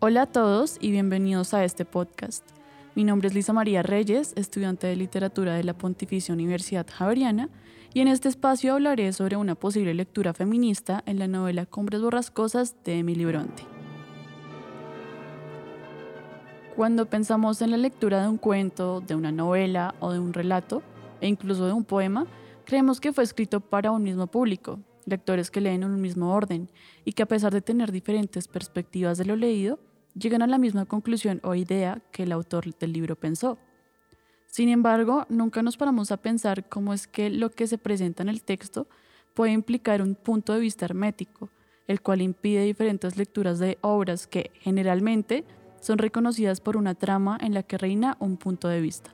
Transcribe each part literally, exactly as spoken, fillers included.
Hola a todos y bienvenidos a este podcast. Mi nombre es Lisa María Reyes, estudiante de literatura de la Pontificia Universidad Javeriana, y en este espacio hablaré sobre una posible lectura feminista en la novela Cumbres Borrascosas de Emily Bronte. Cuando pensamos en la lectura de un cuento, de una novela o de un relato, e incluso de un poema, creemos que fue escrito para un mismo público, lectores que leen en un mismo orden y que a pesar de tener diferentes perspectivas de lo leído, llegan a la misma conclusión o idea que el autor del libro pensó. Sin embargo, nunca nos paramos a pensar cómo es que lo que se presenta en el texto puede implicar un punto de vista hermético, el cual impide diferentes lecturas de obras que, generalmente, son reconocidas por una trama en la que reina un punto de vista.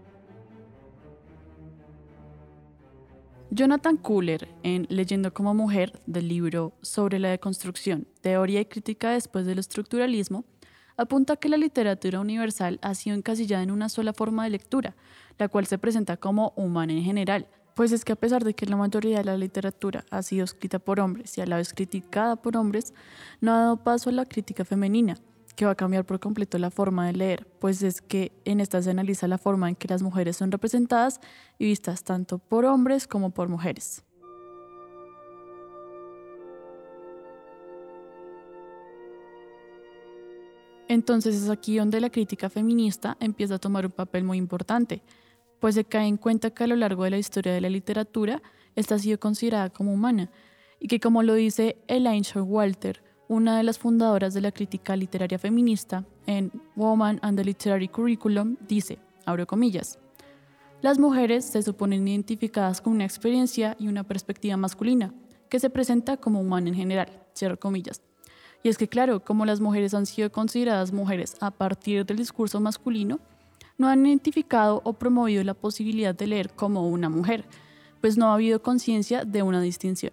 Jonathan Kuller, en Leyendo como mujer, del libro Sobre la deconstrucción, teoría y crítica después del estructuralismo, apunta que la literatura universal ha sido encasillada en una sola forma de lectura, la cual se presenta como humana en general, pues es que a pesar de que la mayoría de la literatura ha sido escrita por hombres y a la vez criticada por hombres, no ha dado paso a la crítica femenina, que va a cambiar por completo la forma de leer, pues es que en esta se analiza la forma en que las mujeres son representadas y vistas tanto por hombres como por mujeres. Entonces es aquí donde la crítica feminista empieza a tomar un papel muy importante, pues se cae en cuenta que a lo largo de la historia de la literatura esta ha sido considerada como humana, y que como lo dice Elaine Showalter, una de las fundadoras de la crítica literaria feminista, en Woman and the Literary Curriculum, dice, abro comillas, las mujeres se suponen identificadas con una experiencia y una perspectiva masculina, que se presenta como humana en general, cierro comillas. Y es que claro, como las mujeres han sido consideradas mujeres a partir del discurso masculino, no han identificado o promovido la posibilidad de leer como una mujer, pues no ha habido conciencia de una distinción.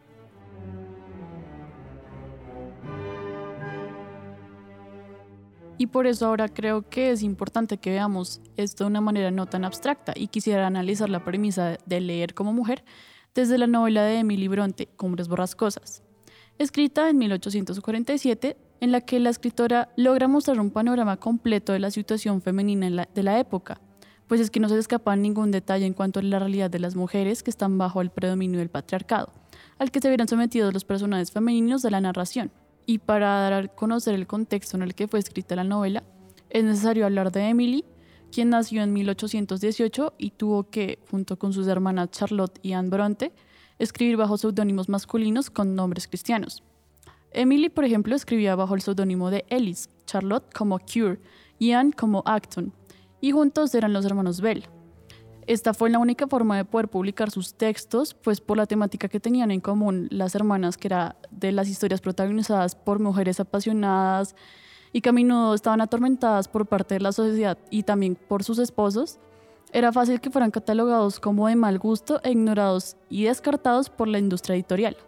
Y por eso ahora creo que es importante que veamos esto de una manera no tan abstracta y quisiera analizar la premisa de leer como mujer desde la novela de Emily Bronte, Cumbres Borrascosas, escrita en mil ochocientos cuarenta y siete, en la que la escritora logra mostrar un panorama completo de la situación femenina en la, de la época, pues es que no se le escapa ningún detalle en cuanto a la realidad de las mujeres que están bajo el predominio del patriarcado, al que se vieron sometidos los personajes femeninos de la narración. Y para dar a conocer el contexto en el que fue escrita la novela, es necesario hablar de Emily, quien nació en mil ochocientos dieciocho y tuvo que, junto con sus hermanas Charlotte y Anne Bronte, escribir bajo seudónimos masculinos con nombres cristianos. Emily, por ejemplo, escribía bajo el seudónimo de Ellis, Charlotte como Cure y Anne como Acton, y juntos eran los hermanos Bell. Esta fue la única forma de poder publicar sus textos, pues por la temática que tenían en común las hermanas, que era de las historias protagonizadas por mujeres apasionadas y que a menudo estaban atormentadas por parte de la sociedad y también por sus esposos, era fácil que fueran catalogados como de mal gusto e ignorados y descartados por la industria editorial.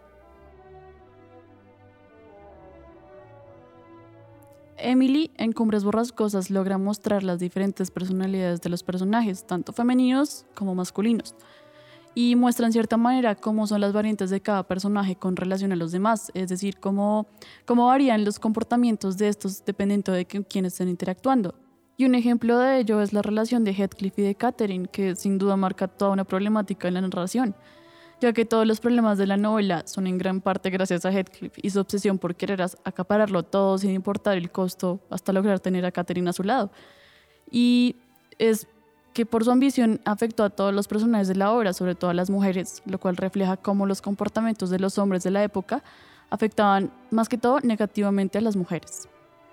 Emily, en Cumbres Borrascosas, logra mostrar las diferentes personalidades de los personajes, tanto femeninos como masculinos, y muestra en cierta manera cómo son las variantes de cada personaje con relación a los demás, es decir, cómo, cómo varían los comportamientos de estos dependiendo de quién estén interactuando. Y un ejemplo de ello es la relación de Heathcliff y de Catherine, que sin duda marca toda una problemática en la narración, ya que todos los problemas de la novela son en gran parte gracias a Heathcliff y su obsesión por querer acapararlo todo sin importar el costo hasta lograr tener a Catherine a su lado. Y es que por su ambición afectó a todos los personajes de la obra, sobre todo a las mujeres, lo cual refleja cómo los comportamientos de los hombres de la época afectaban más que todo negativamente a las mujeres.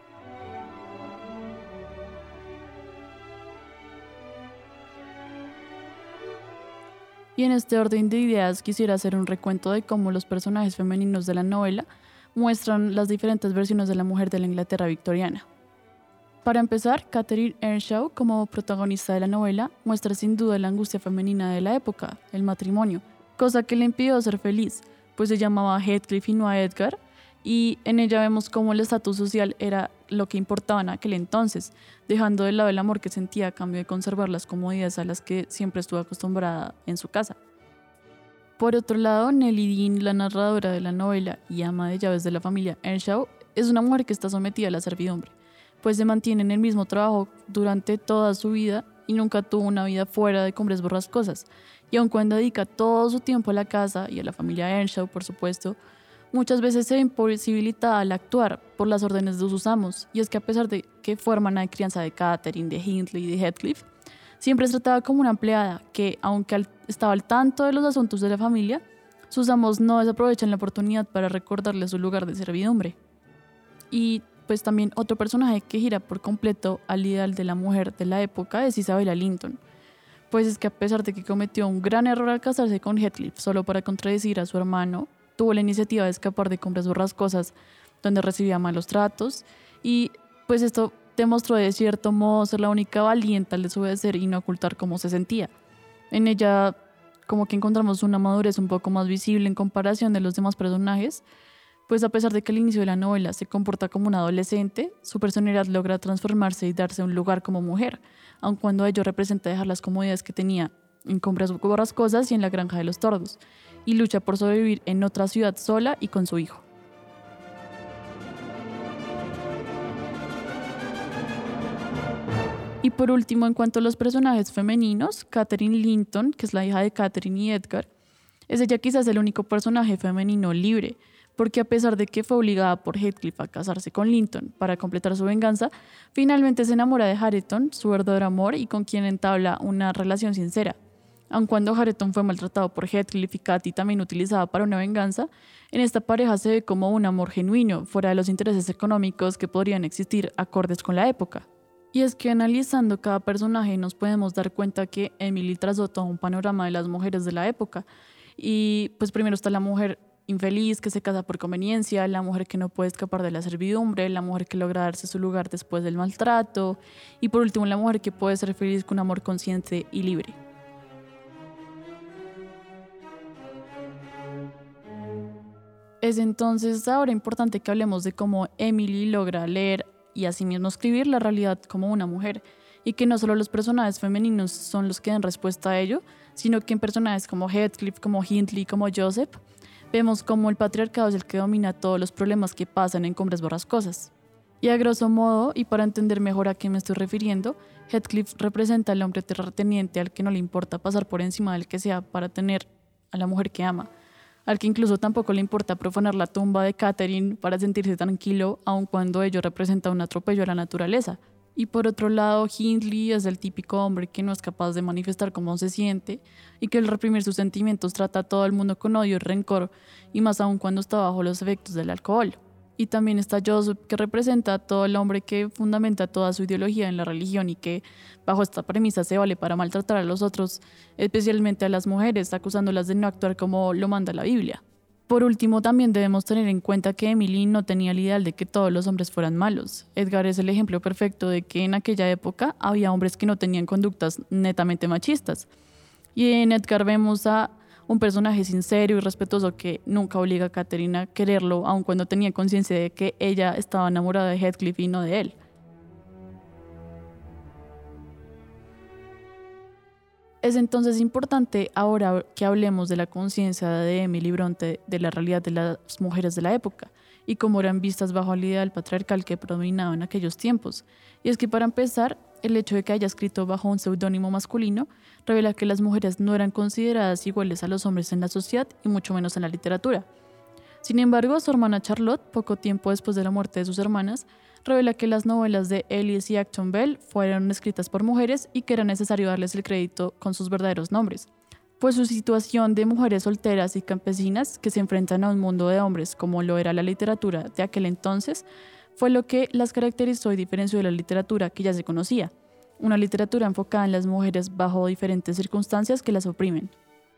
Y en este orden de ideas quisiera hacer un recuento de cómo los personajes femeninos de la novela muestran las diferentes versiones de la mujer de la Inglaterra victoriana. Para empezar, Catherine Earnshaw, como protagonista de la novela, muestra sin duda la angustia femenina de la época, el matrimonio, cosa que le impidió ser feliz, pues se llamaba Heathcliff y no a Edgar, y en ella vemos cómo el estatus social era lo que importaba en aquel entonces, dejando de lado el amor que sentía a cambio de conservar las comodidades a las que siempre estuvo acostumbrada en su casa. Por otro lado, Nellie Dean, la narradora de la novela y ama de llaves de la familia Earnshaw, es una mujer que está sometida a la servidumbre, pues se mantiene en el mismo trabajo durante toda su vida y nunca tuvo una vida fuera de Cumbres Borrascosas. Y aun cuando dedica todo su tiempo a la casa y a la familia Earnshaw, por supuesto, muchas veces se ve imposibilitada al actuar por las órdenes de sus amos. Y es que a pesar de que fue hermana de crianza de Catherine, de Hindley y de Heathcliff, siempre es tratada como una empleada que, aunque al- estaba al tanto de los asuntos de la familia, sus amos no desaprovechan la oportunidad para recordarle su lugar de servidumbre. Y pues también otro personaje que gira por completo al ideal de la mujer de la época es Isabella Linton. Pues es que a pesar de que cometió un gran error al casarse con Heathcliff solo para contradecir a su hermano, tuvo la iniciativa de escapar de Cumbres Borrascosas, donde recibía malos tratos, y pues esto demostró de cierto modo ser la única valiente al desobedecer y no ocultar cómo se sentía. En ella como que encontramos una madurez un poco más visible en comparación de los demás personajes, pues a pesar de que al inicio de la novela se comporta como una adolescente, su personalidad logra transformarse y darse un lugar como mujer, aun cuando ello representa dejar las comodidades que tenía en Cumbres Borrascosas y en la Granja de los Tordos, y lucha por sobrevivir en otra ciudad sola y con su hijo. Y por último, en cuanto a los personajes femeninos, Catherine Linton, que es la hija de Catherine y Edgar, es ella quizás el único personaje femenino libre, porque a pesar de que fue obligada por Heathcliff a casarse con Linton para completar su venganza, finalmente se enamora de Hareton, su verdadero amor, y con quien entabla una relación sincera. Aun cuando Hareton fue maltratado por Heathcliff y Cathy también utilizada para una venganza, en esta pareja se ve como un amor genuino, fuera de los intereses económicos que podrían existir acordes con la época. Y es que analizando cada personaje nos podemos dar cuenta que Emily trazó todo un panorama de las mujeres de la época. Y pues primero está la mujer infeliz que se casa por conveniencia, la mujer que no puede escapar de la servidumbre, la mujer que logra darse su lugar después del maltrato, y por último la mujer que puede ser feliz con un amor consciente y libre. Es entonces ahora importante que hablemos de cómo Emily logra leer y asimismo escribir la realidad como una mujer, y que no solo los personajes femeninos son los que dan respuesta a ello, sino que en personajes como Heathcliff, como Hindley, como Joseph, vemos cómo el patriarcado es el que domina todos los problemas que pasan en Cumbres Borrascosas. Y a grosso modo, y para entender mejor a qué me estoy refiriendo, Heathcliff representa al hombre terrateniente al que no le importa pasar por encima del que sea para tener a la mujer que ama, al que incluso tampoco le importa profanar la tumba de Catherine para sentirse tranquilo, aun cuando ello representa un atropello a la naturaleza. Y por otro lado, Hindley es el típico hombre que no es capaz de manifestar cómo se siente y que al reprimir sus sentimientos trata a todo el mundo con odio y rencor, y más aún cuando está bajo los efectos del alcohol. Y también está Joseph, que representa a todo el hombre que fundamenta toda su ideología en la religión y que bajo esta premisa se vale para maltratar a los otros, especialmente a las mujeres, acusándolas de no actuar como lo manda la Biblia. Por último, también debemos tener en cuenta que Emily no tenía el ideal de que todos los hombres fueran malos. Edgar es el ejemplo perfecto de que en aquella época había hombres que no tenían conductas netamente machistas. Y en Edgar vemos a un personaje sincero y respetuoso que nunca obliga a Catherine a quererlo, aun cuando tenía conciencia de que ella estaba enamorada de Heathcliff y no de él. Es entonces importante ahora que hablemos de la conciencia de Emily Bronte de la realidad de las mujeres de la época y cómo eran vistas bajo el ideal patriarcal que predominaba en aquellos tiempos. Y es que para empezar, el hecho de que haya escrito bajo un seudónimo masculino revela que las mujeres no eran consideradas iguales a los hombres en la sociedad y mucho menos en la literatura. Sin embargo, su hermana Charlotte, poco tiempo después de la muerte de sus hermanas, revela que las novelas de Ellis y Acton Bell fueron escritas por mujeres y que era necesario darles el crédito con sus verdaderos nombres, pues su situación de mujeres solteras y campesinas que se enfrentan a un mundo de hombres como lo era la literatura de aquel entonces, fue lo que las caracterizó y diferenció de la literatura que ya se conocía, una literatura enfocada en las mujeres bajo diferentes circunstancias que las oprimen.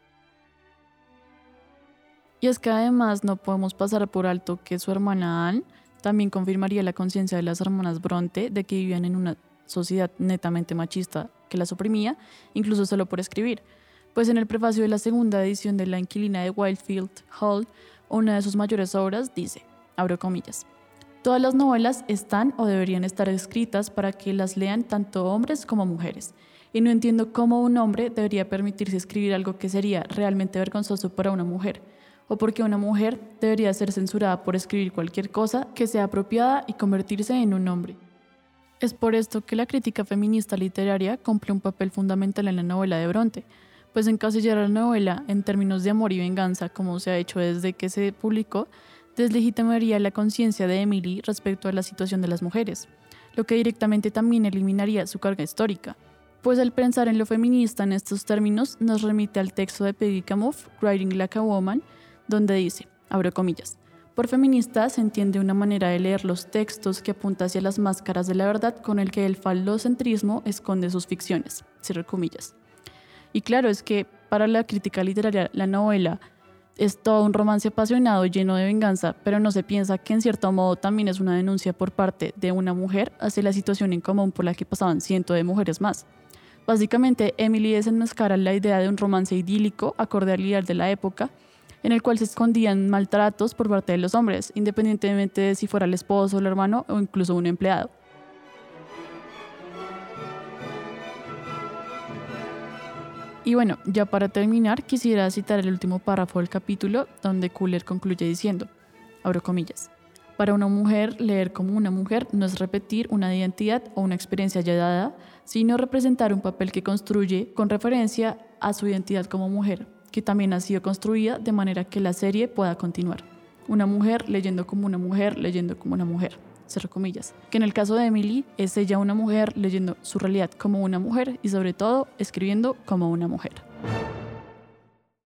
Y es que además no podemos pasar por alto que su hermana Anne también confirmaría la conciencia de las hermanas Bronte de que vivían en una sociedad netamente machista que las oprimía, incluso solo por escribir, pues en el prefacio de la segunda edición de La inquilina de Wildfield Hall, una de sus mayores obras, dice, abro comillas, todas las novelas están o deberían estar escritas para que las lean tanto hombres como mujeres, y no entiendo cómo un hombre debería permitirse escribir algo que sería realmente vergonzoso para una mujer, o porque una mujer debería ser censurada por escribir cualquier cosa que sea apropiada y convertirse en un hombre. Es por esto que la crítica feminista literaria cumple un papel fundamental en la novela de Bronte, pues encasillar la novela en términos de amor y venganza, como se ha hecho desde que se publicó, deslegitimaría la conciencia de Emily respecto a la situación de las mujeres, lo que directamente también eliminaría su carga histórica. Pues al pensar en lo feminista en estos términos nos remite al texto de Peggy Camuff, Writing Like a Woman, donde dice, abro comillas, por feminista se entiende una manera de leer los textos que apunta hacia las máscaras de la verdad con el que el falocentrismo esconde sus ficciones, cierro comillas. Y claro, es que para la crítica literaria la novela es todo un romance apasionado lleno de venganza, pero no se piensa que en cierto modo también es una denuncia por parte de una mujer hacia la situación en común por la que pasaban cientos de mujeres más. Básicamente, Emily desenmascara la idea de un romance idílico acorde al ideal de la época, en el cual se escondían maltratos por parte de los hombres, independientemente de si fuera el esposo, el hermano o incluso un empleado. Y bueno, ya para terminar, quisiera citar el último párrafo del capítulo, donde Cooler concluye diciendo, abro comillas, para una mujer, leer como una mujer no es repetir una identidad o una experiencia ya dada, sino representar un papel que construye con referencia a su identidad como mujer, que también ha sido construida de manera que la serie pueda continuar. Una mujer leyendo como una mujer, leyendo como una mujer, cierro comillas. Que en el caso de Emily, es ella una mujer leyendo su realidad como una mujer y sobre todo escribiendo como una mujer.